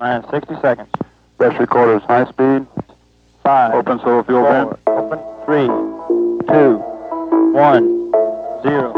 Minus 60 seconds. Best recorders, high speed. 5. Open solo fuel bin. 4. Open. 3. 2. 1. 0.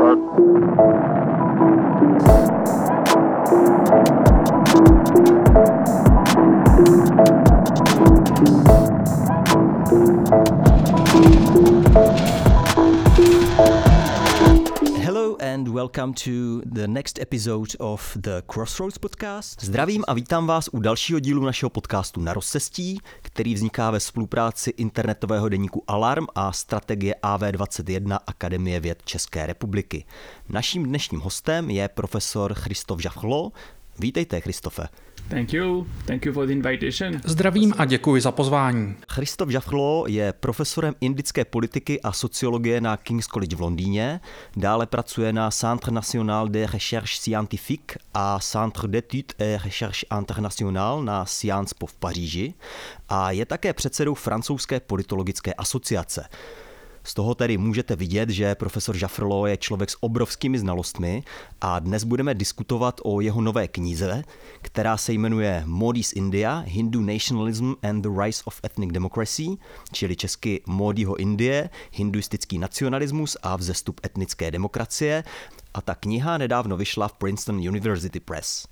Hello and welcome to the next episode of the Crossroads podcast. Zdravím a vítám vás u dalšího dílu našeho podcastu Na rozcestí, který vzniká ve spolupráci internetového deníku Alarm a strategie AV21 Akademie věd České republiky. Naším dnešním hostem je profesor Christophe Jaffrelot. Vítejte, Christophe. Thank you for the invitation. Zdravím a děkuji za pozvání. Christophe Jaffrelot je profesorem indické politiky a sociologie na King's College v Londýně, dále pracuje na Centre national de recherche scientifique a Centre d'études et recherche internationale na Sciences Po v Paříži a je také předsedou francouzské politologické asociace. Z toho tedy můžete vidět, že profesor Jaffrelot je člověk s obrovskými znalostmi a dnes budeme diskutovat o jeho nové knize, která se jmenuje Modi's India, Hindu Nationalism and the Rise of Ethnic Democracy, čili česky Modiho Indie, hinduistický nacionalismus a vzestup etnické demokracie. A ta kniha nedávno vyšla v Princeton University Press.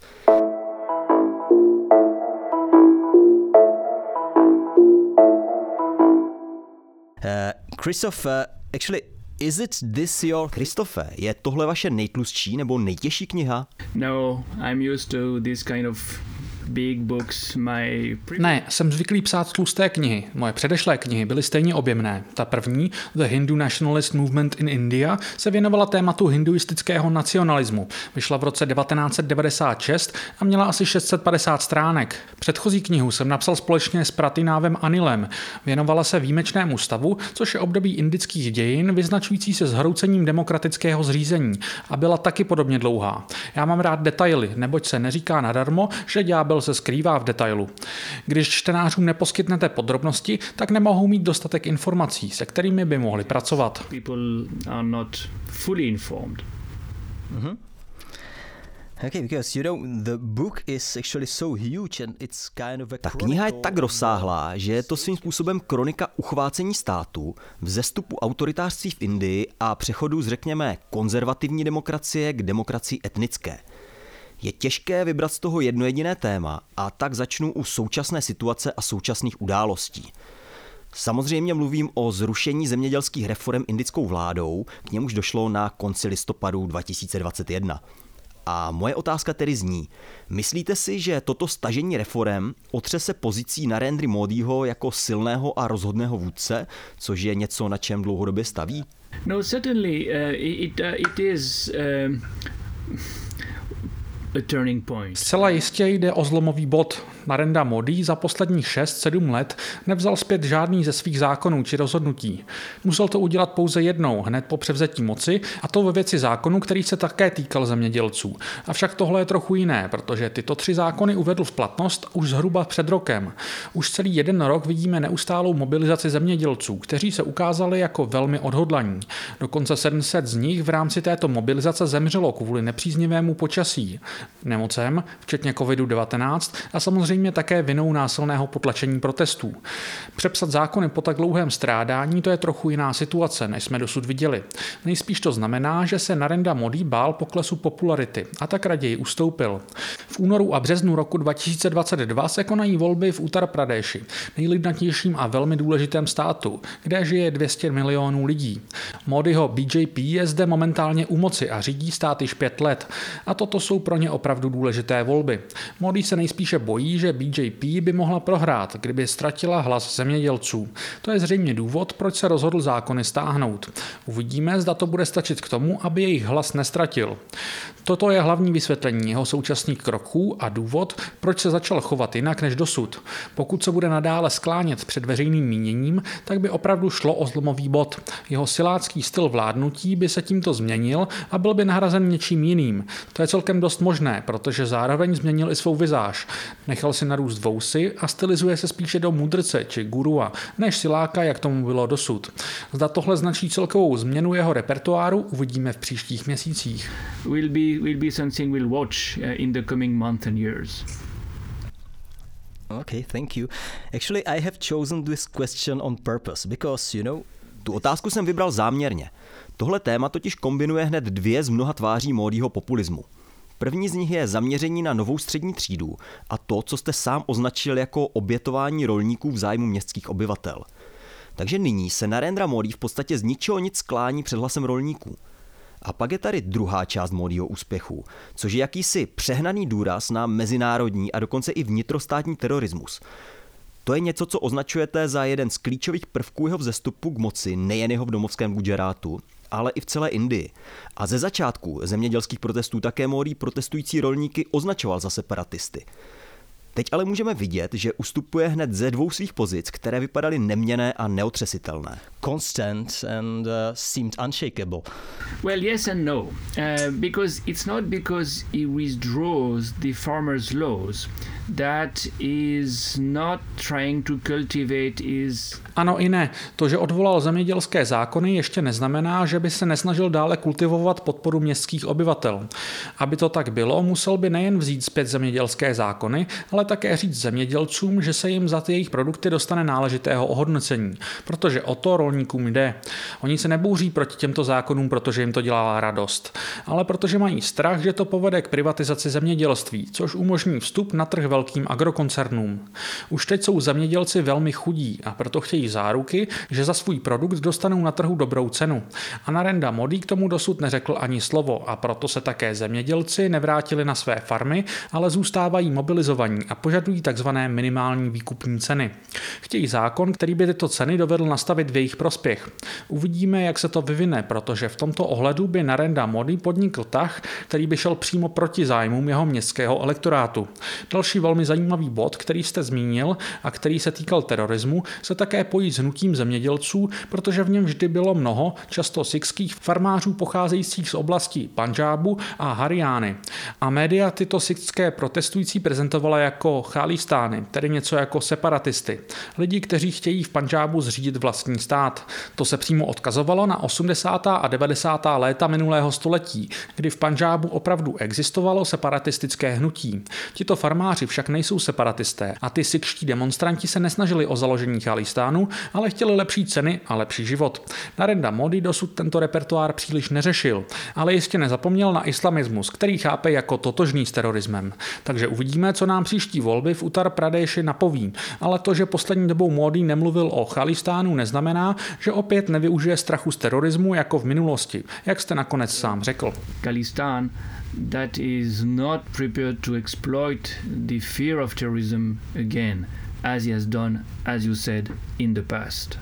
Christophe, actually, is it this your... Christophe, je tohle vaše nejtlustší nebo nejtěžší kniha? No, I'm used to this kind of big books. Ne, jsem zvyklý psát tlusté knihy. Moje předešlé knihy byly stejně objemné. Ta první, The Hindu Nationalist Movement in India, se věnovala tématu hinduistického nacionalismu. Vyšla v roce 1996 a měla asi 650 stránek. Předchozí knihu jsem napsal společně s Prathinávem Anilem. Věnovala se výjimečnému stavu, což je období indických dějin, vyznačující se zhroucením demokratického zřízení. A byla taky podobně dlouhá. Já mám rád detaily, neboť se neříká nadarmo, že ďábel se skrývá v detailu. Když čtenářům neposkytnete podrobnosti, tak nemohou mít dostatek informací, se kterými by mohli pracovat. People are not fully informed. Mm-hmm. Okay, because the book is actually so huge and it's kind of a... Ta kniha je tak rozsáhlá, že je to svým způsobem kronika uchvácení státu, vzestupu autoritářství v Indii a přechodu z, řekněme, konzervativní demokracie k demokracii etnické. Je těžké vybrat z toho jedno jediné téma a tak začnu u současné situace a současných událostí. Samozřejmě mluvím o zrušení zemědělských reforem indickou vládou, k němuž došlo na konci listopadu 2021. A moje otázka tedy zní, myslíte si, že toto stažení reforem otřese pozicí Narendry Modiho jako silného a rozhodného vůdce, což je něco, na čem dlouhodobě staví? No, certainly it is a turning point. Zcela jistě jde o zlomový bod. Narendra Modi za posledních 6-7 let nevzal zpět žádný ze svých zákonů či rozhodnutí. Musel to udělat pouze jednou, hned po převzetí moci, a to ve věci zákonu, který se také týkal zemědělců. Avšak tohle je trochu jiné, protože tyto 3 zákony uvedl v platnost už zhruba před rokem. Už celý 1 rok vidíme neustálou mobilizaci zemědělců, kteří se ukázali jako velmi odhodlaní. Dokonce 700 z nich v rámci této mobilizace zemřelo kvůli nepříznivému počasí, nemocem, včetně COVID-19 a samozřejmě také vinou násilného potlačení protestů. Přepsat zákony po tak dlouhém strádání, to je trochu jiná situace, než jsme dosud viděli. Nejspíš to znamená, že se Narendra Modi bál poklesu popularity a tak raději ustoupil. V únoru a březnu roku 2022 se konají volby v Uttar Pradeši, nejlidnatějším a velmi důležitém státu, kde žije 200 milionů lidí. Modiho BJP je zde momentálně u moci a řídí stát již 5 let. A toto jsou pro ně opravdu důležité volby. Modi se nejspíše bojí, že BJP by mohla prohrát, kdyby ztratila hlas zemědělců. To je zřejmě důvod, proč se rozhodl zákony stáhnout. Uvidíme, zda to bude stačit k tomu, aby jejich hlas nestratil. Toto je hlavní vysvětlení jeho současných kroků a důvod, proč se začal chovat jinak než dosud. Pokud se bude nadále sklánět před veřejným míněním, tak by opravdu šlo o zlomový bod. Jeho silácký styl vládnutí by se tímto změnil a byl by nahrazen něčím jiným. To je celkem dost možné, protože zároveň změnil i svou vizáž. Nechal si narůst vousy a stylizuje se spíše do mudrce či gurua, než siláka, jak tomu bylo dosud. Zda tohle značí celkovou změnu jeho repertoáru, uvidíme v příštích měsících. Will be something we'll watch in the coming months and years. Okay, thank you. Actually, I have chosen this question on purpose because, tu otázku jsem vybral záměrně. Tohle téma totiž kombinuje hned dvě z mnoha tváří módního populismu. První z nich je zaměření na novou střední třídu a to, co jste sám označil jako obětování rolníků v zájmu městských obyvatel. Takže nyní se Narendra Modi v podstatě z ničeho nic sklání před hlasem rolníků. A pak je tady druhá část Modiho úspěchu, což je jakýsi přehnaný důraz na mezinárodní a dokonce i vnitrostátní terorismus. To je něco, co označujete za jeden z klíčových prvků jeho vzestupu k moci nejen jeho v domovském Gujarátu, ale i v celé Indii. A ze začátku zemědělských protestů také Modi protestující rolníky označoval za separatisty. Teď ale můžeme vidět, že ustupuje hned ze dvou svých pozic, které vypadaly neměnné a neotřesitelné. Constant and seemed unshakable. Well, yes and no, because it's not because he withdraws the farmers' laws that is not trying to cultivate his... Ano i ne. To, že odvolal zemědělské zákony, ještě neznamená, že by se nesnažil dále kultivovat podporu městských obyvatel. Aby to tak bylo, musel by nejen vzít zpět zemědělské zákony, ale také říct zemědělcům, že se jim za ty jejich produkty dostane náležitého ohodnocení, protože o to rolníkům jde. Oni se nebouří proti těmto zákonům, protože jim to dělá radost, ale protože mají strach, že to povede k privatizaci zemědělství, což umožní vstup na trh velkým agrokoncernům. Už teď jsou zemědělci velmi chudí a proto chtějí záruky, že za svůj produkt dostanou na trhu dobrou cenu. A Narendra Modi k tomu dosud neřekl ani slovo a proto se také zemědělci nevrátili na své farmy, ale zůstávají mobilizovaní a požadují takzvané minimální výkupní ceny. Chtějí zákon, který by tyto ceny dovedl nastavit v jejich prospěch. Uvidíme, jak se to vyvine, protože v tomto ohledu by Narendra Modi podnikl tah, který by šel přímo proti zájmům jeho městského elektorátu. Další velmi zajímavý bod, který jste zmínil a který se týkal terorismu, se také pojí s hnutím zemědělců, protože v něm vždy bylo mnoho, často sikhských farmářů pocházejících z oblasti Pandžábu a Hariány. A média tyto sikhské protestující prezentovala jako chalistány, tedy něco jako separatisty. Lidi, kteří chtějí v Pandžábu zřídit vlastní stát. To se přímo odkazovalo na 80. a 90. léta minulého století, kdy v Pandžábu opravdu existovalo separatistické hnutí. Tito farmáři však nejsou separatisté a ty sikhští demonstranti se nesnažili o založení chalistánu, ale chtěli lepší ceny a lepší život. Narendra Modi dosud tento repertoár příliš neřešil, ale jistě nezapomněl na islamismus, který chápe jako totožný s terorismem. Takže uvidíme, co nám příští volby v Uttar Pradeši napoví. Ale to, že poslední dobou Modi nemluvil o chalistánu, neznamená, že opět nevyužije strachu z terorismu jako v minulosti, jak jste nakonec sám řekl. Khalistan that is not prepared to exploit the fear of terrorism again, as he has done, as you said, in the past.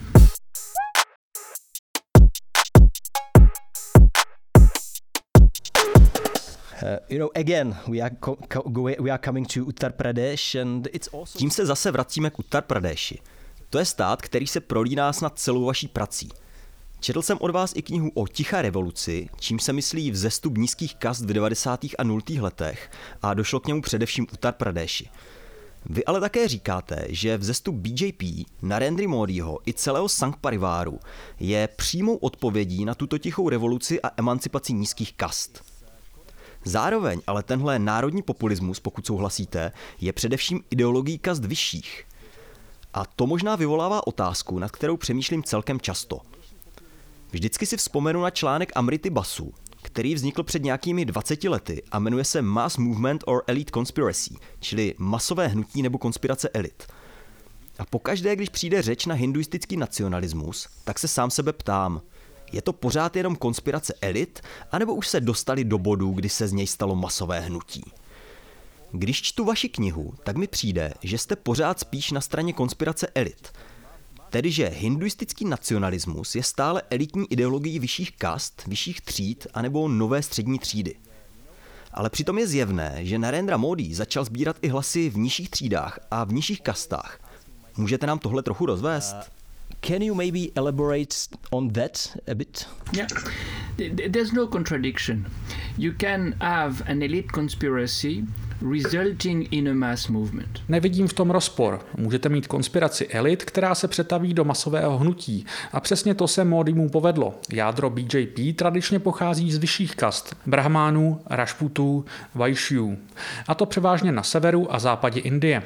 Again, we are coming to Uttar Pradesh and it's also... Tím se zase vracíme k Uttar Pradeši. To je stát, který se prolíná snad celou vaší prací. Četl jsem od vás i knihu o tiché revoluci, čím se myslí vzestup nízkých kast v 90. a 0. letech a došlo k němu především Uttar Pradeši. Vy ale také říkáte, že vzestup BJP, Narendry Modiho i celého Sangh Pariváru je přímou odpovědí na tuto tichou revoluci a emancipaci nízkých kast. Zároveň ale tenhle národní populismus, pokud souhlasíte, je především ideologií kast vyšších. A to možná vyvolává otázku, nad kterou přemýšlím celkem často. Vždycky si vzpomenu na článek Amrity Basu, který vznikl před nějakými 20 lety a jmenuje se Mass Movement or Elite Conspiracy, čili masové hnutí nebo konspirace elit. A pokaždé, když přijde řeč na hinduistický nacionalismus, tak se sám sebe ptám, je to pořád jenom konspirace elit, anebo už se dostali do bodu, kdy se z něj stalo masové hnutí? Když čtu vaši knihu, tak mi přijde, že jste pořád spíš na straně konspirace elit. Tedy, že hinduistický nacionalismus je stále elitní ideologií vyšších kast, vyšších tříd anebo nové střední třídy. Ale přitom je zjevné, že Narendra Modi začal sbírat i hlasy v nižších třídách a v nižších kastách. Můžete nám tohle trochu rozvést? Can you maybe elaborate on that a bit? Yeah, there's no contradiction. You can have an elite conspiracy resulting in a mass movement. Nevidím v tom rozpor. Můžete mít konspiraci elit, která se přetaví do masového hnutí. A přesně to se Modimu povedlo. Jádro BJP tradičně pochází z vyšších kast. Brahmánů, Rajputů, Vaishjů. A to převážně na severu a západě Indie.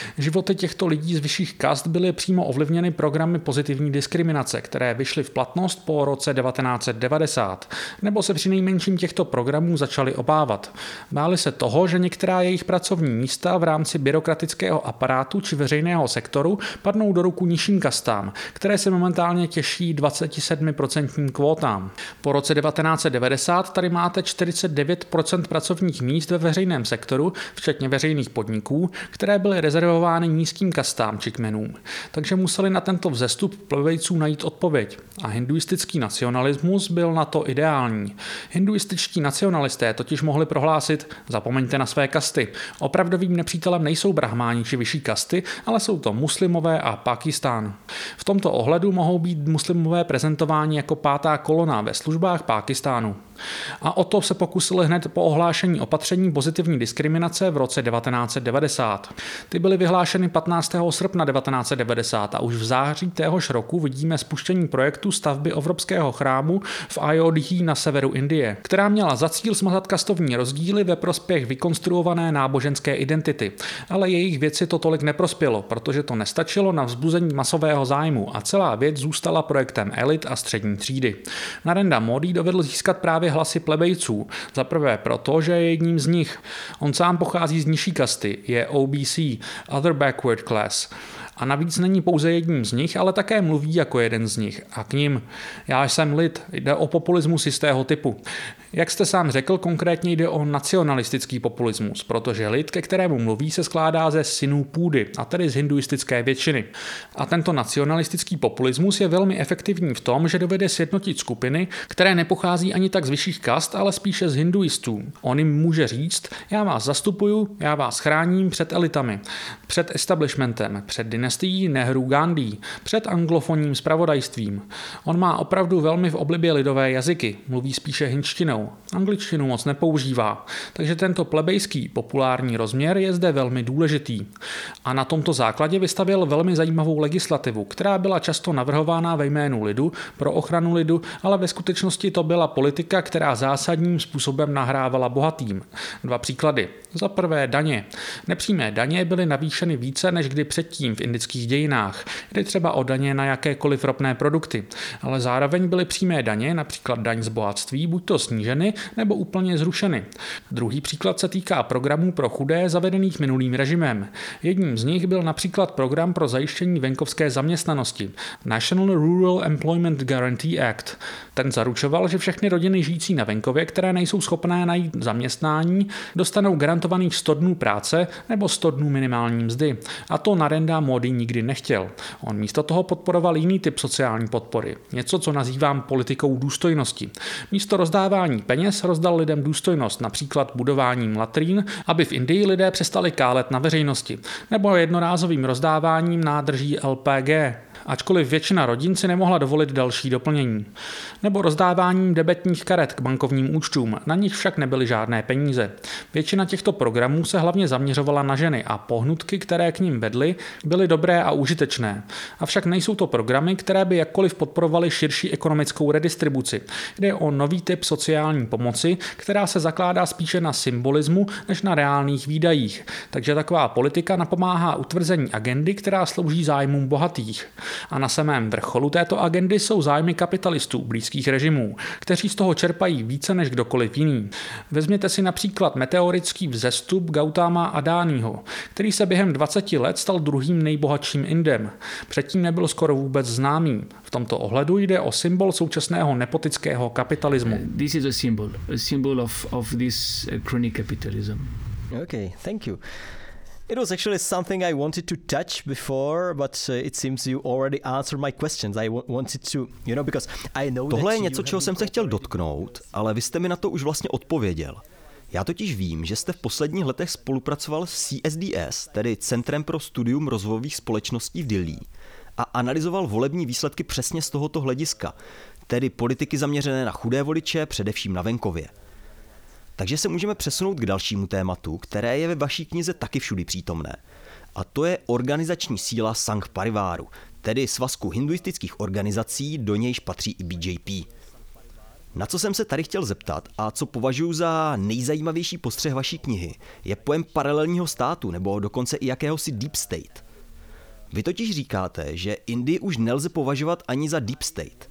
Životy těchto lidí z vyšších kast byly přímo ovlivněny programy pozitivní diskriminace, které vyšly v platnost po roce 1990, nebo se přinejmenším těchto programů začali obávat. Báli se toho, že některá jejich pracovní místa v rámci byrokratického aparátu či veřejného sektoru padnou do ruku nižším kastám, které se momentálně těší 27% kvótám. Po roce 1990 tady máte 49% pracovních míst ve veřejném sektoru, včetně veřejných podniků, které byly rezervovány nízkým kastám či kmenům. Takže museli na tento vzestup plebejců najít odpověď. A hinduistický nacionalismus byl na to ideální. Hinduističtí nacionalisté totiž mohli prohlásit: zapomeňte na své kasty. Opravdovým nepřítelem nejsou brahmáni či vyšší kasty, ale jsou to muslimové a Pákistán. V tomto ohledu mohou být muslimové prezentováni jako pátá kolona ve službách Pákistánu. A o to se pokusili hned po ohlášení opatření pozitivní diskriminace v roce 1990. Ty byly vyhlášeny 15. srpna 1990 a už v září téhož roku vidíme spuštění projektu stavby Evropského chrámu v Ayodhji na severu Indie, která měla za cíl smazat kastovní rozdíly ve prospěch vykonstruované náboženské identity. Ale jejich věci to tolik neprospělo, protože to nestačilo na vzbuzení masového zájmu a celá věc zůstala projektem elit a střední třídy. Narendra Modi dovedl získat právě hlasy plebejců. Za prvé proto, že je jedním z nich. On sám pochází z nižší kasty, je OBC, Other Backward Class. A navíc není pouze jedním z nich, ale také mluví jako jeden z nich. A k nim: já jsem lid, jde o populismus jistého typu. Jak jste sám řekl, konkrétně jde o nacionalistický populismus, protože lid, ke kterému mluví, se skládá ze synů půdy, a tedy z hinduistické většiny. A tento nacionalistický populismus je velmi efektivní v tom, že dovede sjednotit skupiny, které nepochází ani tak z vyšších kast, ale spíše z hinduistů. On jim může říct: já vás zastupuju, já vás chráním před elitami, před establishmentem, před dynastií Nehru-Gandhi, před anglofonním zpravodajstvím. On má opravdu velmi v oblibě lidové jazyky, mluví spíše hindštinou. Angličtinu moc nepoužívá, takže tento plebejský populární rozměr je zde velmi důležitý. A na tomto základě vystavěl velmi zajímavou legislativu, která byla často navrhována ve jménu lidu, pro ochranu lidu, ale ve skutečnosti to byla politika, která zásadním způsobem nahrávala bohatým. Dva příklady. Za prvé daně. Nepřímé daně byly navýšeny více než kdy předtím v indických dějinách. Jde třeba o daně na jakékoliv ropné produkty, ale zároveň byly přímé daně, například daň z bohatství, buď to sníženy nebo úplně zrušeny. Druhý příklad se týká programů pro chudé zavedených minulým režimem. Jedním z nich byl například program pro zajištění venkovské zaměstnanosti, National Rural Employment Guarantee Act. Ten zaručoval, že všechny rodiny žijící na venkově, které nejsou schopné najít zaměstnání, dostanou garantovaných 100 dnů práce nebo 100 dnů minimální mzdy. A to Narendra Modi nikdy nechtěl. On místo toho podporoval jiný typ sociální podpory. Něco, co nazývám politikou důstojnosti. Místo rozdávání peněz rozdal lidem důstojnost, například budováním latrín, aby v Indii lidé přestali kálet na veřejnosti, nebo jednorázovým rozdáváním nádrží LPG, ačkoliv většina rodin si nemohla dovolit další doplnění. Nebo rozdáváním debetních karet k bankovním účtům, na nich však nebyly žádné peníze. Většina těchto programů se hlavně zaměřovala na ženy a pohnutky, které k nim vedly, byly dobré a užitečné. Avšak nejsou to programy, které by jakkoliv podporovaly širší ekonomickou redistribuci. Jde o nový typ sociální pomoci, která se zakládá spíše na symbolismu než na reálných výdajích. Takže taková politika napomáhá utvrzení agendy, která slouží zájmům bohatých. A na samém vrcholu této agendy jsou zájmy kapitalistů blízkých režimů, kteří z toho čerpají více než kdokoliv jiný. Vezměte si například meteorický vzestup Gautama Adáního, který se během 20 let stal druhým nejbohatším Indem. Předtím nebyl skoro vůbec známý. V tomto ohledu jde o symbol současného nepotického kapitalismu. This is a symbol of this crony capitalism. Okay, thank you. It was actually something I wanted to touch before, but it seems you already answered my questions. I wanted to, because I know Tohle je něco, čeho jsem se chtěl dotknout, ale vy jste mi na to už vlastně odpověděl. Já totiž vím, že jste v posledních letech spolupracoval s CSDS, tedy Centrem pro studium rozvojových společností v Dillí, a analyzoval volební výsledky přesně z tohoto hlediska, tedy politiky zaměřené na chudé voliče, především na venkově. Takže se můžeme přesunout k dalšímu tématu, které je ve vaší knize taky všudy přítomné. A to je organizační síla Sangh Pariváru, tedy svazku hinduistických organizací, do nějž patří i BJP. Na co jsem se tady chtěl zeptat a co považuji za nejzajímavější postřeh vaší knihy, je pojem paralelního státu nebo dokonce i jakéhosi deep state. Vy totiž říkáte, že Indii už nelze považovat ani za deep state.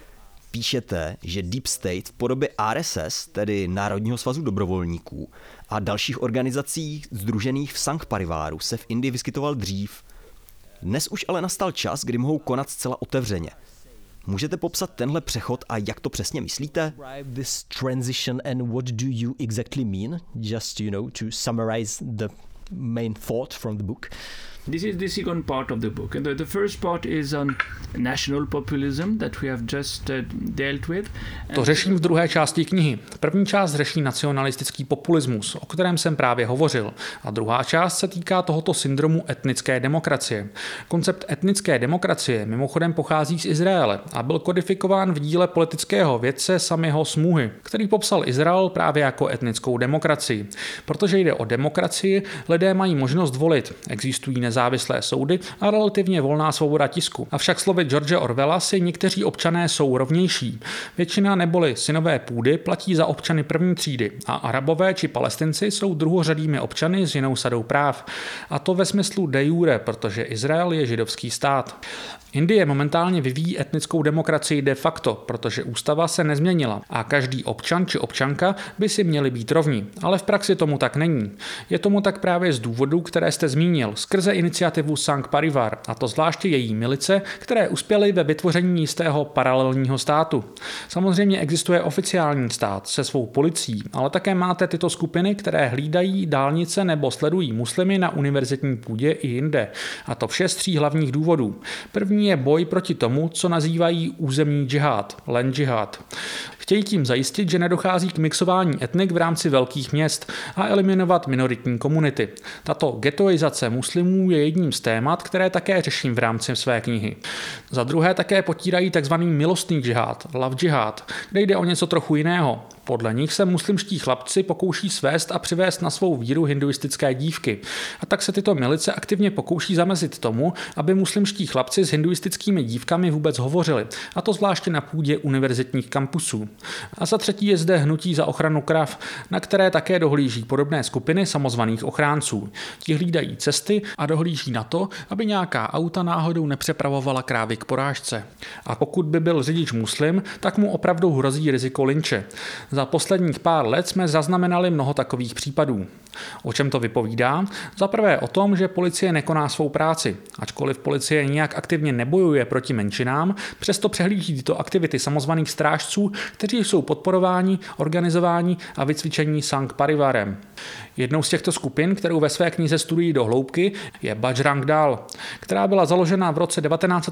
Píšete, že deep state v podobě RSS, tedy Národního svazu dobrovolníků, a dalších organizací sdružených v Sangh Pariváru se v Indii vyskytoval dřív. Dnes už ale nastal čas, kdy mohou konat zcela otevřeně. Můžete popsat tenhle přechod a jak to přesně myslíte? This transition and what do you exactly mean? Just, to summarize the main thought from the book. This is the second part of the book. And the first part is on national populism that we have just dealt with. To řeším v druhé části knihy. První část řeší nacionalistický populismus, o kterém jsem právě hovořil. A druhá část se týká tohoto syndromu etnické demokracie. Koncept etnické demokracie mimochodem pochází z Izraele a byl kodifikován v díle politického vědce Samiho Smuhy, který popsal Izrael právě jako etnickou demokracii. Protože jde o demokracii, lidé mají možnost volit. Existují nezávislé soudy a relativně volná svoboda tisku. Avšak slovy George Orwella si někteří občané jsou rovnější. Většina neboli synové půdy platí za občany první třídy a Arabové či Palestinci jsou druhořadými občany s jinou sadou práv. A to ve smyslu de jure, protože Izrael je židovský stát. Indie momentálně vyvíjí etnickou demokracii de facto, protože ústava se nezměnila a každý občan či občanka by si měli být rovní, ale v praxi tomu tak není. Je tomu tak právě z důvodů, které jste zmínil, skrze iniciativu Sangh Parivar, a to zvláště její milice, které uspěly ve vytvoření jistého paralelního státu. Samozřejmě existuje oficiální stát se svou policií, ale také máte tyto skupiny, které hlídají dálnice nebo sledují muslimy na univerzitní půdě i jinde. A to vše z 3 hlavních důvodů. První je boj proti tomu, co nazývají územní džihad, land džihad. Chtějí tím zajistit, že nedochází k mixování etnik v rámci velkých měst a eliminovat minoritní komunity. Tato ghettoizace muslimů je jedním z témat, které také řeším v rámci své knihy. Za druhé také potírají tzv. Milostný džihad, love džihad, kde jde o něco trochu jiného. Podle nich se muslimští chlapci pokouší svést a přivést na svou víru hinduistické dívky. A tak se tyto milice aktivně pokouší zamezit tomu, aby muslimští chlapci s hinduistickými dívkami vůbec hovořili, a to zvláště na půdě univerzitních kampusů. A za třetí je zde hnutí za ochranu krav, na které také dohlíží podobné skupiny samozvaných ochránců. Ti hlídají cesty a dohlíží na to, aby nějaká auta náhodou nepřepravovala krávy k porážce. A pokud by byl řidič muslim, tak mu opravdu hrozí riziko lynče. Za posledních pár let jsme zaznamenali mnoho takových případů. O čem to vypovídá? Za prvé o tom, že policie nekoná svou práci. Ačkoliv policie nijak aktivně nebojuje proti menšinám, přesto přehlíží tyto aktivity samozvaných strážců, kteří jsou podporováni, organizováni a vycvičení Sangh Parivarem. Jednou z těchto skupin, kterou ve své knize studují do hloubky, je Bajrang Dal, která byla založena v roce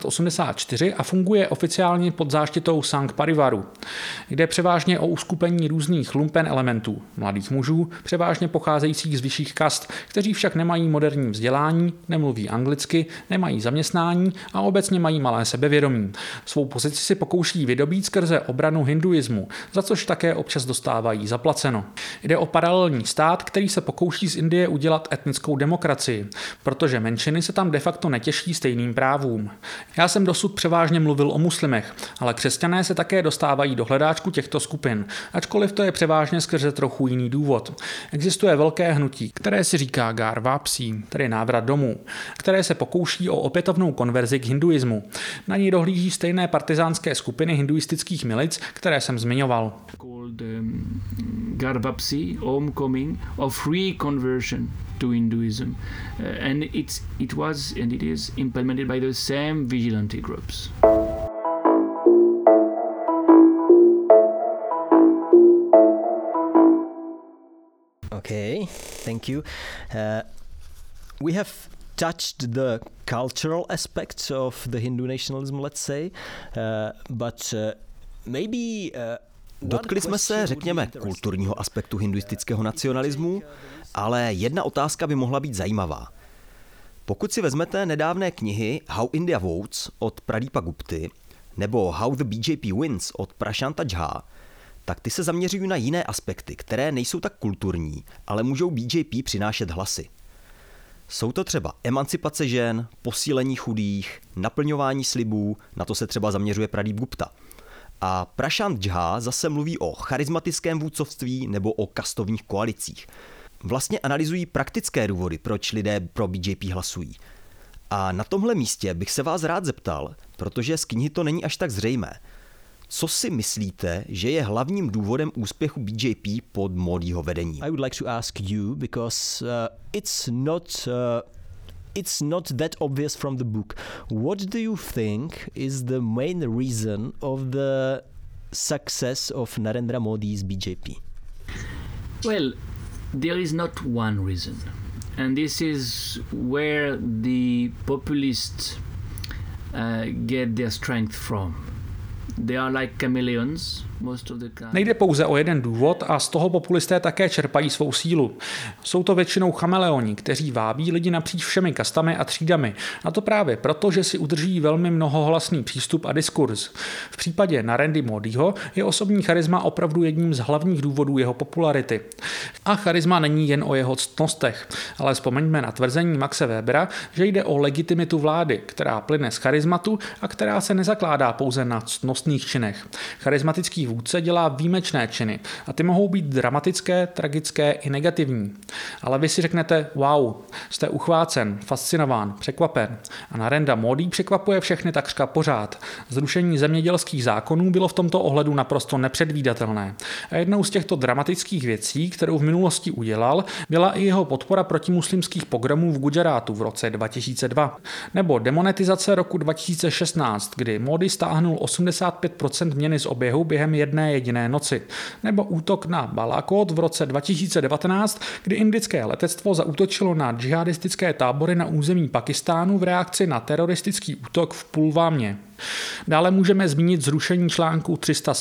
1984 a funguje oficiálně pod záštitou Sangh Parivaru. Jde převážně o uskupení různých lumpen elementů, mladých mužů, převážně pocházejících z vyšších kast, kteří však nemají moderní vzdělání, nemluví anglicky, nemají zaměstnání a obecně mají malé sebevědomí. Svou pozici si pokouší vydobít skrze obranu hinduismu, za což také občas dostávají zaplaceno. Jde o paralelní stát, který se pokouší z Indie udělat etnickou demokracii, protože menšiny se tam de facto netěší stejným právům. Já jsem dosud převážně mluvil o muslimech, ale křesťané se také dostávají do hledáčku těchto skupin, ačkoliv to je převážně skrze trochu jiný důvod. Existuje velké hnutí, které si říká Ghar Vápsí, tedy návrat domů, které se pokouší o opětovnou konverzi k hinduismu. Na ní dohlíží stejné partizánské skupiny hinduistických milic, které jsem zmiňoval. Ghar Vápsí, homecoming of reconversion to Hinduism, and it was and it is implemented by the same vigilante groups. Okay, thank you. We have touched the cultural aspects of the Hindu nationalism, let's say, but maybe Dotkli jsme se, řekněme, kulturního aspektu hinduistického nacionalismu, ale jedna otázka by mohla být zajímavá. Pokud si vezmete nedávné knihy How India Votes od Pradeepa Gupty nebo How the BJP Wins od Prashanta Jha, tak ty se zaměřují na jiné aspekty, které nejsou tak kulturní, ale můžou BJP přinášet hlasy. Jsou to třeba emancipace žen, posílení chudých, naplňování slibů, na to se třeba zaměřuje Pradeep Gupta. A Prashant Jha zase mluví o charismatickém vůdcovství nebo o kastovních koalicích. Vlastně analyzují praktické důvody, proč lidé pro BJP hlasují. A na tomhle místě bych se vás rád zeptal, protože z knihy to není až tak zřejmé. Co si myslíte, že je hlavním důvodem úspěchu BJP pod Modiho vedením? I would like to ask you because it's not that obvious from the book. What do you think is the main reason of the success of Narendra Modi's BJP? Well, there is not one reason. And this is where the populists get their strength from. They are like chameleons most of the time. Nejde pouze o jeden důvod a z toho populisté také čerpají svou sílu. Jsou to většinou chameleoni, kteří vábí lidi napříč všemi kastami a třídami. A to právě proto, že si udrží velmi mnohohlasný přístup a diskurs. V případě Narendy Modiho je osobní charisma opravdu jedním z hlavních důvodů jeho popularity. A charisma není jen o jeho ctnostech, ale vzpomeňme na tvrzení Maxe Webera, že jde o legitimitu vlády, která plyne z charismatu a která se nezakládá pouze na ctnostných činech. Charismatický vůdce dělá výjimečné činy a ty mohou být dramatické, tragické i negativní. Ale vy si řeknete, wow, jste uchvácen, fascinován, překvapen. A Narendra Modi překvapuje všechny takřka pořád. Zrušení zemědělských zákonů bylo v tomto ohledu naprosto nepředvídatelné. A jednou z těchto dramatických věcí, kterou v minulosti udělal, byla i jeho podpora protimuslimských pogromů v Gujarátu v roce 2002. Nebo demonetizace roku 2016, kdy Modi stáhnul 85% měny z oběhu během jedné jediné noci. Nebo útok na Balakot v roce 2019, kdy indické letectvo zaútočilo na džihadistické tábory na území Pakistánu v reakci na teroristický útok v Pulvámě. Dále můžeme zmínit zrušení článku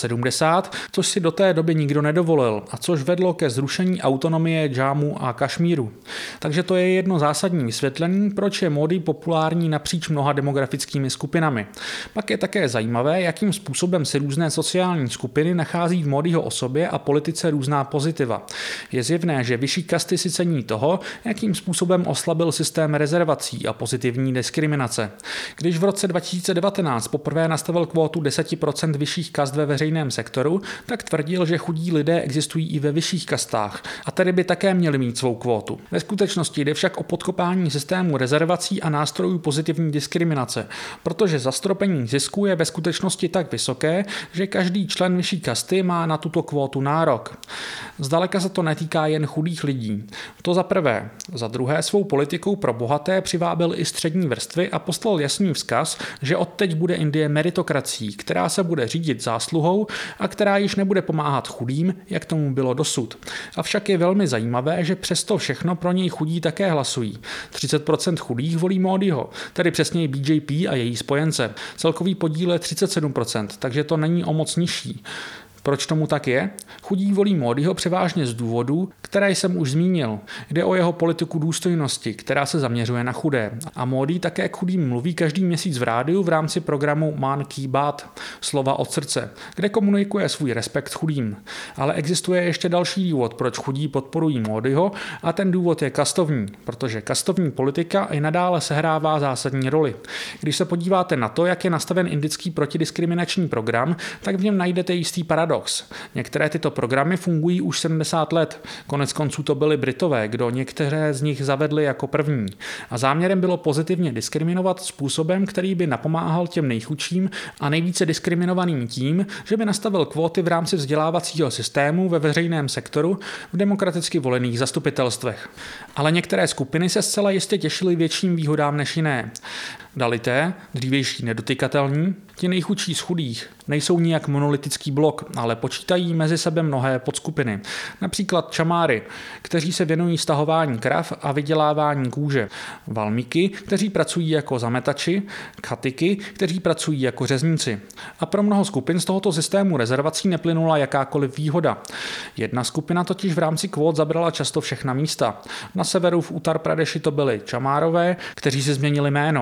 370, což si do té doby nikdo nedovolil a což vedlo ke zrušení autonomie Džámu a Kašmíru. Takže to je jedno zásadní vysvětlení, proč je Modi populární napříč mnoha demografickými skupinami. Pak je také zajímavé, jakým způsobem si různé sociální skupiny nachází v Modiho osobě a politice různá pozitiva. Je zjevné, že vyšší kasty si cení toho, jakým způsobem oslabil systém rezervací a pozitivní diskriminace. Když v roce 2019 poprvé nastavil kvótu 10% vyšších kast ve veřejném sektoru, tak tvrdil, že chudí lidé existují i ve vyšších kastách a tedy by také měli mít svou kvótu. Ve skutečnosti jde však o podkopání systému rezervací a nástrojů pozitivní diskriminace, protože zastropení zisku je ve skutečnosti tak vysoké, že každý člen vyšší kasty má na tuto kvótu nárok. Zdaleka se to netýká jen chudých lidí. To za prvé. Za druhé svou politikou pro bohaté přivábil i střední vrstvy a poslal jasný vzkaz, že odteď bude Indie meritokracií, která se bude řídit zásluhou a která již nebude pomáhat chudým, jak tomu bylo dosud. Avšak je velmi zajímavé, že přesto všechno pro něj chudí také hlasují. 30% chudých volí Modiho, tedy přesněji BJP a její spojence. Celkový podíl je 37%, takže to není o moc nižší. Proč tomu tak je? Chudí volí Modiho převážně z důvodů, které jsem už zmínil. Jde o jeho politiku důstojnosti, která se zaměřuje na chudé. A Modi také k chudým mluví každý měsíc v rádiu v rámci programu Man Ki Baat, slova od srdce, kde komunikuje svůj respekt chudým. Ale existuje ještě další důvod, proč chudí podporují Modiho, a ten důvod je kastovní, protože kastovní politika i nadále sehrává zásadní roli. Když se podíváte na to, jak je nastaven indický protidiskriminační program, tak v něm najdete jistý paradox. Některé tyto programy fungují už 70 let. Konec konců to byli Britové, kdo některé z nich zavedli jako první. A záměrem bylo pozitivně diskriminovat způsobem, který by napomáhal těm nejchudším a nejvíce diskriminovaným tím, že by nastavil kvóty v rámci vzdělávacího systému ve veřejném sektoru v demokraticky volených zastupitelstvech. Ale některé skupiny se zcela jistě těšily větším výhodám než jiné. Dalité, dřívější nedotykatelní, ti nejchudší z chudých, nejsou nijak monolitický blok, ale počítají mezi sebe mnohé podskupiny. Například čamáry, kteří se věnují stahování krav a vydělávání kůže. Valmíky, kteří pracují jako zametači, khatiky, kteří pracují jako řezníci. A pro mnoho skupin z tohoto systému rezervací neplynula jakákoliv výhoda. Jedna skupina totiž v rámci kvót zabrala často všechna místa. Na severu v Uttar Pradeši to byli čamárové, kteří si změnili jméno a teď se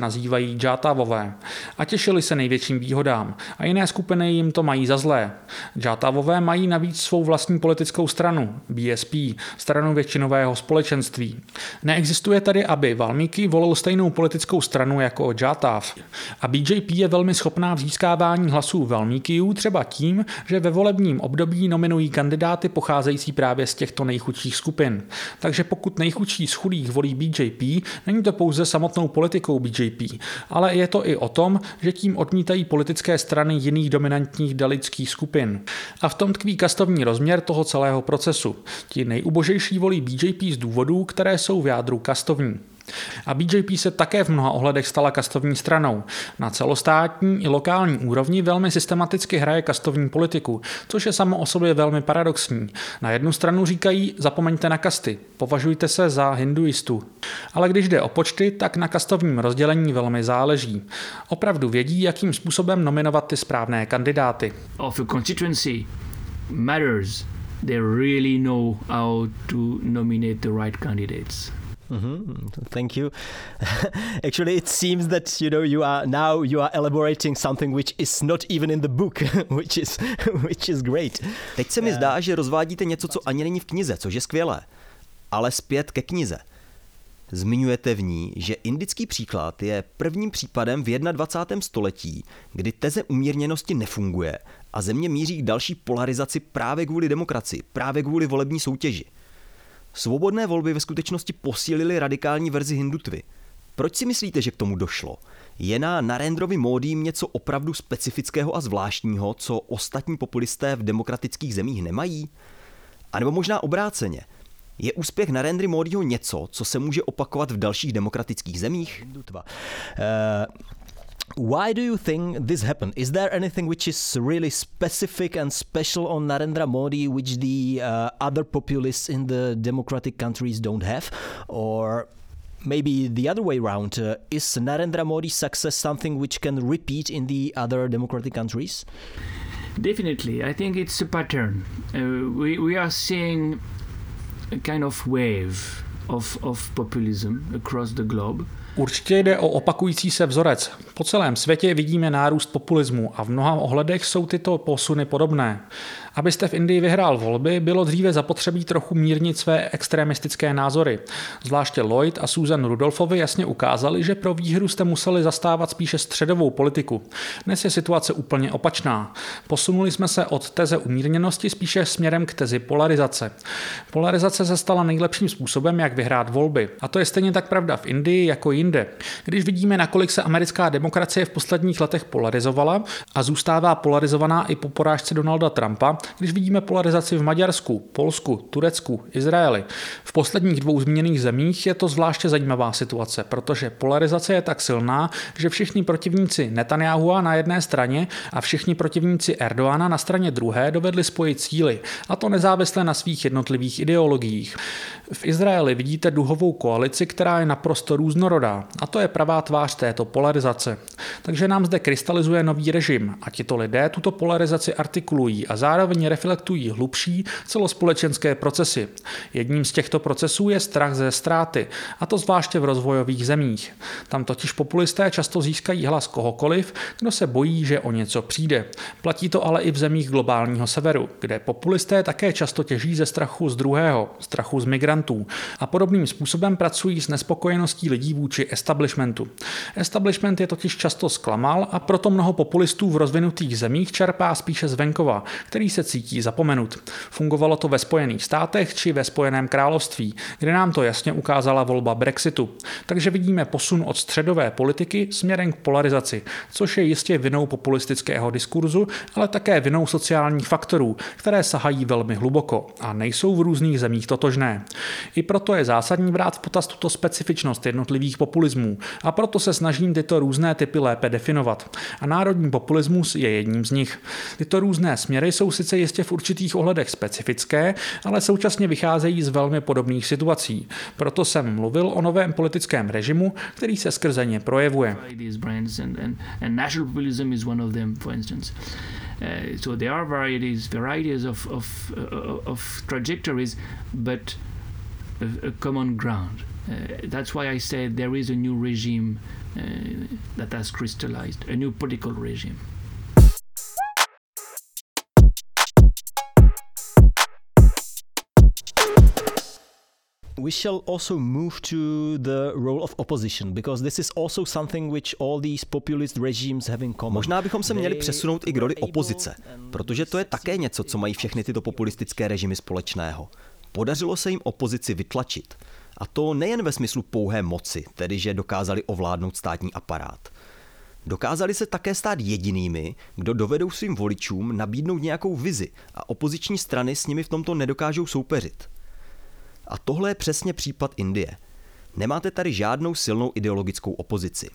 nazývají Jatavové, a těšili se největším výhodám, a jiné skupiny jim to mají za zlé. Jatavové mají navíc svou vlastní politickou stranu, BSP, stranu většinového společenství. Neexistuje tedy, aby Valmiki volil stejnou politickou stranu jako Jatav. A BJP je velmi schopná v získávání hlasů Valmikijů třeba tím, že ve volebním období nominují kandidáty pocházející právě z těchto nejchudších skupin. Takže pokud nejchudší z chudých volí BJP, není to pouze samotnou politikou BJP, ale je to i o tom, že tím odmítají politické strany jiných dominantních dalitských skupin. A v tom tkví kastovní rozměr toho celého procesu. Ti nejubožejší volí BJP z důvodů, které jsou v jádru kastovní. A BJP se také v mnoha ohledech stala kastovní stranou. Na celostátní i lokální úrovni velmi systematicky hraje kastovní politiku, což je samo o sobě velmi paradoxní. Na jednu stranu říkají, zapomeňte na kasty, považujte se za hinduistu. Ale když jde o počty, tak na kastovním rozdělení velmi záleží. Opravdu vědí, jakým způsobem nominovat ty správné kandidáty. Of a constituency matters. They really know how to nominate the right candidates. Thank you. Actually, it seems that you are elaborating something which is not even in the book, which is great. Teď se mi zdá, že rozvádíte něco, co ani není v knize, což je skvělé. Ale zpět ke knize. Zmiňujete v ní, že indický příklad je prvním případem v 21. století, kdy teze umírněnosti nefunguje a země míří k další polarizaci právě kvůli demokracii, právě kvůli volební soutěži. Svobodné volby ve skutečnosti posílily radikální verzi hindutvy. Proč si myslíte, že k tomu došlo? Je na Narendrovi Módím něco opravdu specifického a zvláštního, co ostatní populisté v demokratických zemích nemají? A nebo možná obráceně. Je úspěch Narendry Módího něco, co se může opakovat v dalších demokratických zemích? Why do you think this happened? Is there anything which is really specific and special on Narendra Modi which the other populists in the democratic countries don't have? Or maybe the other way around, is Narendra Modi's success something which can repeat in the other democratic countries? Definitely. I think it's a pattern. We are seeing a kind of wave of populism across the globe. Určitě jde o opakující se vzorec. Po celém světě vidíme nárůst populismu a v mnoha ohledech jsou tyto posuny podobné. Abyste v Indii vyhrál volby, bylo dříve zapotřebí trochu mírnit své extremistické názory. Zvláště Lloyd a Susan Rudolphovi jasně ukázali, že pro výhru jste museli zastávat spíše středovou politiku. Dnes je situace úplně opačná. Posunuli jsme se od teze umírněnosti spíše směrem k tezi polarizace. Polarizace se stala nejlepším způsobem, jak vyhrát volby. A to je stejně tak pravda v Indii jako jinde. Když vidíme, nakolik se americká demokracie v posledních letech polarizovala a zůstává polarizovaná i po porážce Donalda Trumpa, když vidíme polarizaci v Maďarsku, Polsku, Turecku, Izraeli. V posledních dvou zmíněných zemích je to zvláště zajímavá situace, protože polarizace je tak silná, že všichni protivníci Netanyahua na jedné straně a všichni protivníci Erdoana na straně druhé dovedli spojit síly, a to nezávisle na svých jednotlivých ideologiích. V Izraeli vidíte duhovou koalici, která je naprosto různorodá, a to je pravá tvář této polarizace. Takže nám zde krystalizuje nový režim a tito lidé tuto polarizaci artikulují a zároveň reflektují hlubší celospolečenské procesy. Jedním z těchto procesů je strach ze ztráty, a to zvláště v rozvojových zemích. Tam totiž populisté často získají hlas kohokoliv, kdo se bojí, že o něco přijde. Platí to ale i v zemích globálního severu, kde populisté také často těží ze strachu z druhého, strachu z migrantů, a podobným způsobem pracují s nespokojeností lidí vůči establishmentu. Establishment je totiž často zklamal a proto mnoho populistů v rozvinutých zemích čerpá spíše z venkova, který se cítí zapomenut. Fungovalo to ve Spojených státech či ve Spojeném království, kde nám to jasně ukázala volba Brexitu. Takže vidíme posun od středové politiky směrem k polarizaci, což je jistě vinou populistického diskurzu, ale také vinou sociálních faktorů, které sahají velmi hluboko a nejsou v různých zemích totožné. I proto je zásadní brát v potaz tuto specifičnost jednotlivých populismů a proto se snažím tyto různé typy lépe definovat. A národní populismus je jedním z nich. Tyto různé směry jsou sice jistě v určitých ohledech specifické, ale současně vycházejí z velmi podobných situací. Proto jsem mluvil o novém politickém režimu, který se skrze ně projevuje. So there are varieties of trajectories, but a common ground. That's why I said there is a new regime that has crystallized, a new political regime. We shall also move to the role of opposition, because this is also something which all these populist regimes have in common. Možná bychom se měli přesunout i k roli opozice, protože to je také něco, co mají všechny tyto populistické režimy společného. Podařilo se jim opozici vytlačit. A to nejen ve smyslu pouhé moci, tedy že dokázali ovládnout státní aparát. Dokázali se také stát jedinými, kdo dovedou svým voličům nabídnout nějakou vizi a opoziční strany s nimi v tomto nedokážou soupeřit. A tohle je přesně případ Indie. Nemáte tady žádnou silnou ideologickou opozici.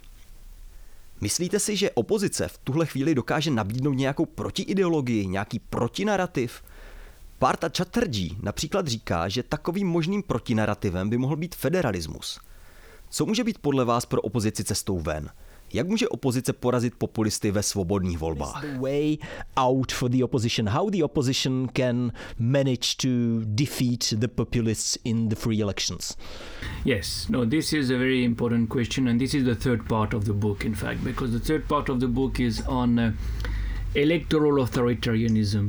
Myslíte si, že opozice v tuhle chvíli dokáže nabídnout nějakou protiideologii, nějaký protinarativ? Partha Chatterjee například říká, že takovým možným protinarativem by mohl být federalismus. Co může být podle vás pro opozici cestou ven? Jak může opozice porazit populisty ve svobodných volbách? The way out for the opposition. How the opposition can manage to defeat the populists in the free elections? Yes, no, this is a very important question, and this is the third part of the book, in fact, because the third part of the book is on electoral authoritarianism.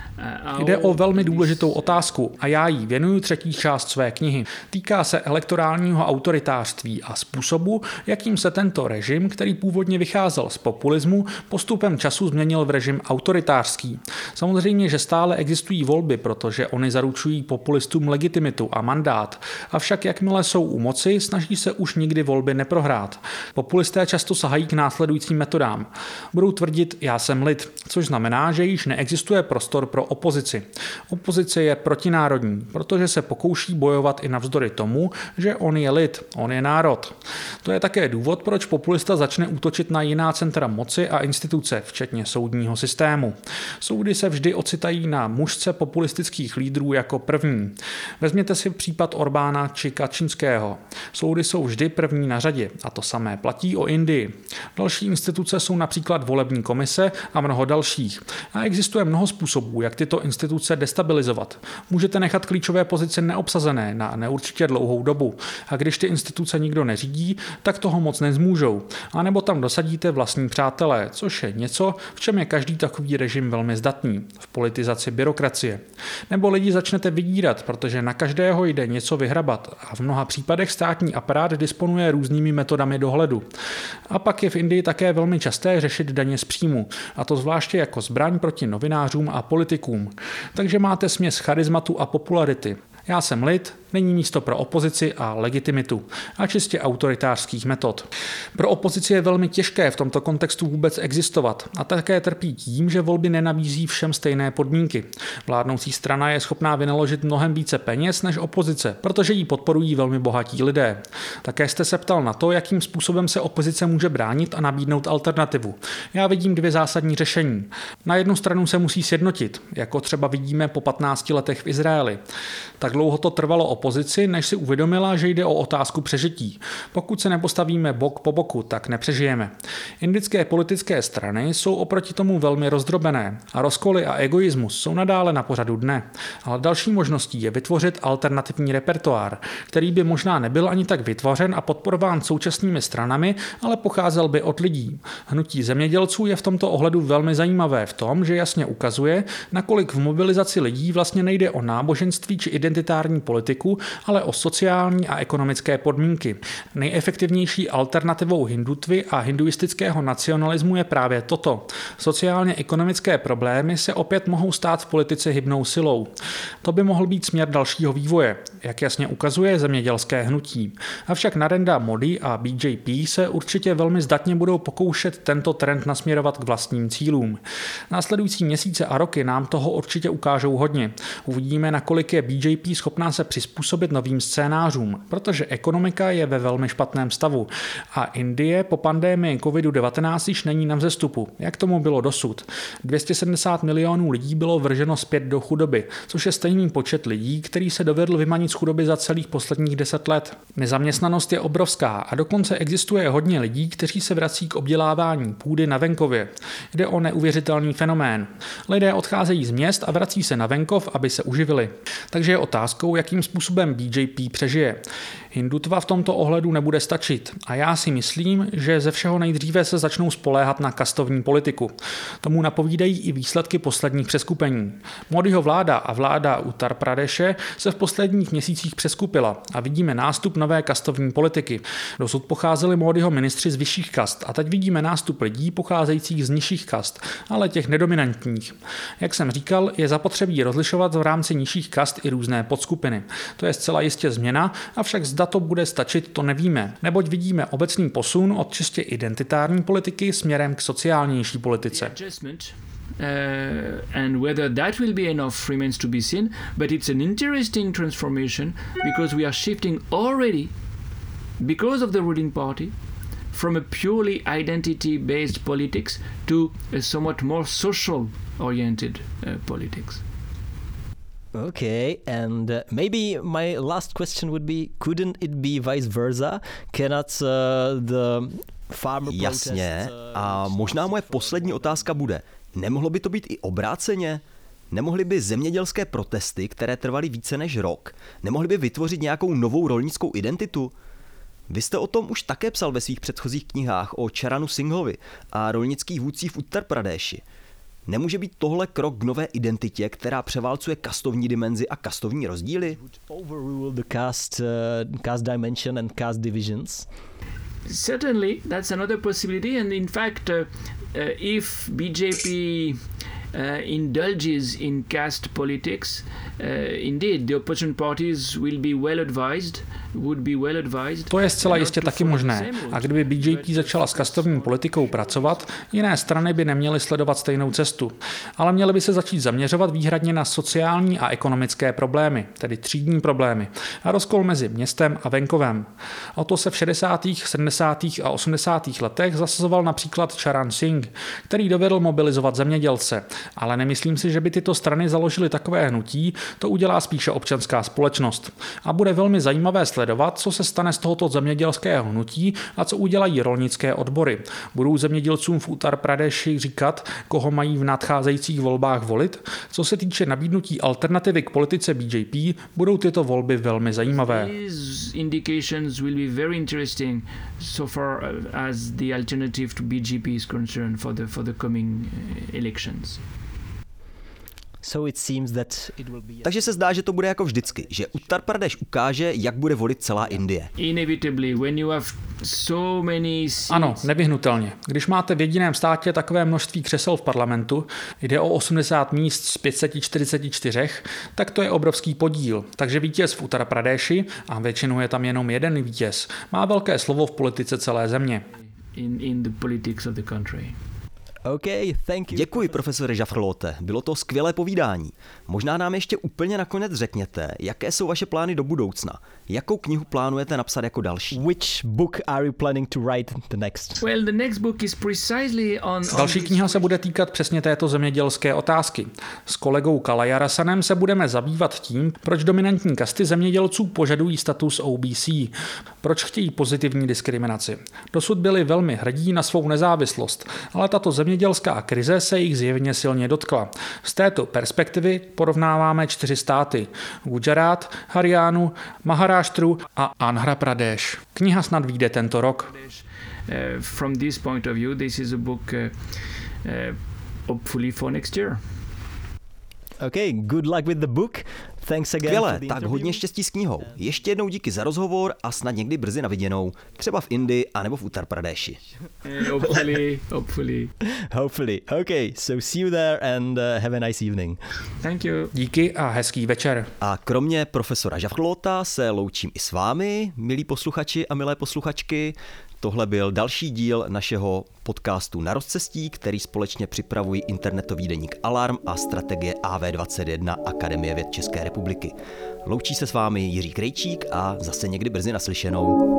Jde o velmi důležitou otázku a já jí věnuju třetí část své knihy. Týká se elektorálního autoritářství a způsobu, jakým se tento režim, který původně vycházel z populismu, postupem času změnil v režim autoritářský. Samozřejmě, že stále existují volby, protože oni zaručují populistům legitimitu a mandát, avšak jakmile jsou u moci, snaží se už nikdy volby neprohrát. Populisté často sahají k následujícím metodám. Budou tvrdit já jsem lid, což znamená, že již neexistuje prostor pro opozici. Opozice je protinárodní, protože se pokouší bojovat i navzdory tomu, že on je lid, on je národ. To je také důvod, proč populista začne útočit na jiná centra moci a instituce, včetně soudního systému. Soudy se vždy ocitají na mužce populistických lídrů jako první. Vezměte si případ Orbána či Kačínského. Soudy jsou vždy první na řadě a to samé platí o Indii. Další instituce jsou například volební komise a mnoho dalších. A existuje mnoho způsobů, jak tyto instituce destabilizovat. Můžete nechat klíčové pozice neobsazené na neurčitě dlouhou dobu. A když ty instituce nikdo neřídí, tak toho moc nezmůžou. A nebo tam dosadíte vlastní přátelé, což je něco, v čem je každý takový režim velmi zdatný. V politizaci byrokracie. Nebo lidi začnete vydírat, protože na každého jde něco vyhrabat. A v mnoha případech státní aparát disponuje různými metodami dohledu. A pak je v Indii také velmi časté řešit daně z příjmu. A to zvláště jako zbraň proti novinářům a politikům. Takže máte směs charizmatu a popularity. Já jsem lid, není místo pro opozici a legitimitu a čistě autoritářských metod. Pro opozici je velmi těžké v tomto kontextu vůbec existovat a také trpí tím, že volby nenabízí všem stejné podmínky. Vládnoucí strana je schopná vynaložit mnohem více peněz než opozice, protože ji podporují velmi bohatí lidé. Také jste se ptal na to, jakým způsobem se opozice může bránit a nabídnout alternativu. Já vidím dvě zásadní řešení. Na jednu stranu se musí sjednotit, jako třeba vidíme po 15 letech v Izraeli. Tak dlouho to trvalo opozici, než si uvědomila, že jde o otázku přežití. Pokud se nepostavíme bok po boku, tak nepřežijeme. Indické politické strany jsou oproti tomu velmi rozdrobené a rozkoly a egoismus jsou nadále na pořadu dne. Ale další možností je vytvořit alternativní repertoár, který by možná nebyl ani tak vytvořen a podporován současnými stranami, ale pocházel by od lidí. Hnutí zemědělců je v tomto ohledu velmi zajímavé v tom, že jasně ukazuje, nakolik v mobilizaci lidí vlastně nejde o náboženství či identitární politiku, ale o sociální a ekonomické podmínky. Nejefektivnější alternativou hindutvy a hinduistického nacionalismu je právě toto. Sociálně-ekonomické problémy se opět mohou stát v politice hybnou silou. To by mohl být směr dalšího vývoje, jak jasně ukazuje zemědělské hnutí. Avšak Narendra Modi a BJP se určitě velmi zdatně budou pokoušet tento trend nasměrovat k vlastním cílům. Následující měsíce a roky nám toho určitě ukážou hodně. Uvidíme, nakolik je BJP schopná se přizpůsobit novým scénářům, protože ekonomika je ve velmi špatném stavu a Indie po pandémii COVID-19 již není na vzestupu, jak tomu bylo dosud. 270 milionů lidí bylo vrženo zpět do chudoby, což je stejný počet lidí, který se dovedl vymanit z chudoby za celých posledních 10 let. Nezaměstnanost je obrovská a dokonce existuje hodně lidí, kteří se vrací k obdělávání půdy na venkově. Jde o neuvěřitelný fenomén. Lidé odcházejí z měst a vrací se na venkov, aby se uživili. Takže je otázkou, jakým způsobem způsobem BJP přežije. Hindutva v tomto ohledu nebude stačit a já si myslím, že ze všeho nejdříve se začnou spoléhat na kastovní politiku. Tomu napovídají i výsledky posledních přeskupení. Modiho vláda a vláda Uttar Pradeše se v posledních měsících přeskupila a vidíme nástup nové kastovní politiky. Dosud pocházeli Modiho ministři z vyšších kast a teď vidíme nástup lidí pocházejících z nižších kast, ale těch nedominantních. Jak jsem říkal, je zapotřebí rozlišovat v rámci nižších kast i různé podskupiny. To je zcela jistě změna, avšak zda to bude stačit, to nevíme, neboť vidíme obecný posun od čistě identitární politiky směrem k sociálnější politice. And whether that will be enough remains to be seen, but it's an interesting transformation because we are shifting already, because of the ruling party, from a purely identity-based politics to a somewhat more social-oriented politics. Okay, and maybe my last question would be, couldn't it be vice versa? Cannot the farmer protest... Jasně, a možná moje poslední otázka bude, nemohlo by to být i obráceně? Nemohly by zemědělské protesty, které trvaly více než rok, nemohly by vytvořit nějakou novou rolnickou identitu? Vy jste o tom už také psal ve svých předchozích knihách o Charanu Singhovi a rolnických vůdcích v Uttar Pradeši. Nemůže být tohle krok k nové identitě, která převálcuje kastovní dimenzi a kastovní rozdíly? Overrule the caste dimension and caste divisions? Certainly, that's another possibility, and in fact, if BJP indulges in caste politics, indeed, the opposition parties would be well advised. To je zcela jistě taky možné. A kdyby BJP začala s kastovní politikou pracovat, jiné strany by neměly sledovat stejnou cestu. Ale měly by se začít zaměřovat výhradně na sociální a ekonomické problémy, tedy třídní problémy, a rozkol mezi městem a venkovem. O to se v 60., 70. a 80. letech zasazoval například Charan Singh, který dovedl mobilizovat zemědělce. Ale nemyslím si, že by tyto strany založily takové hnutí, to udělá spíše občanská společnost. A bude velmi zajímavé sledovat, co se stane z tohoto zemědělského hnutí a co udělají rolnické odbory. Budou zemědělcům v Uttar Pradeši říkat, koho mají v nadcházejících volbách volit? Co se týče nabídnutí alternativy k politice BJP, budou tyto volby velmi zajímavé. These indications will be very interesting so far as the alternative to BJP is concerned for the coming elections. So it seems that it will be... Takže se zdá, že to bude jako vždycky, že Uttar Pradesh ukáže, jak bude volit celá Indie. Inevitably, when you have so many seats... Ano, nevyhnutelně. Když máte v jediném státě takové množství křesel v parlamentu, jde o 80 míst z 544, tak to je obrovský podíl. Takže vítěz v Uttar Pradeshi, a většinou je tam jenom jeden vítěz, má velké slovo v politice celé země. In the politics of the country. Okay, thank you. Děkuji, profesore Jafrlote, bylo to skvělé povídání. Možná nám ještě úplně nakonec řekněte, jaké jsou vaše plány do budoucna. Jakou knihu plánujete napsat jako další? Which book are you planning to write the next? Well, the next book is precisely on... Další kniha se bude týkat přesně této zemědělské otázky. S kolegou Kalayarasanem se budeme zabývat tím, proč dominantní kasty zemědělců požadují status OBC, proč chtějí pozitivní diskriminaci. Dosud byli velmi hrdí na svou nezávislost, ale tato zemědělská krize se jich zjevně silně dotkla. Z této perspektivy porovnáváme 4 státy: Gujarat, Haryanu, Maharashtra a Andhra Pradesh. Kniha snad vyjde tento rok. From this point of view, this is a book hopefully for next year. Okay, good luck with the book. Thanks again. Skvěle, tak hodně štěstí s knihou. Ještě jednou díky za rozhovor a snad někdy brzy na viděnou. Třeba v Indii anebo v Uttar Pradeshi. Hopefully. Okay, so see you there and have a nice evening. Thank you. Díky a hezký večer. A kromě profesora Jafrlota se loučím i s vámi, milí posluchači a milé posluchačky. Tohle byl další díl našeho podcastu Na rozcestí, který společně připravují internetový deník Alarm a strategie AV21 Akademie věd České republiky. Loučí se s vámi Jiří Krejčík a zase někdy brzy naslyšenou.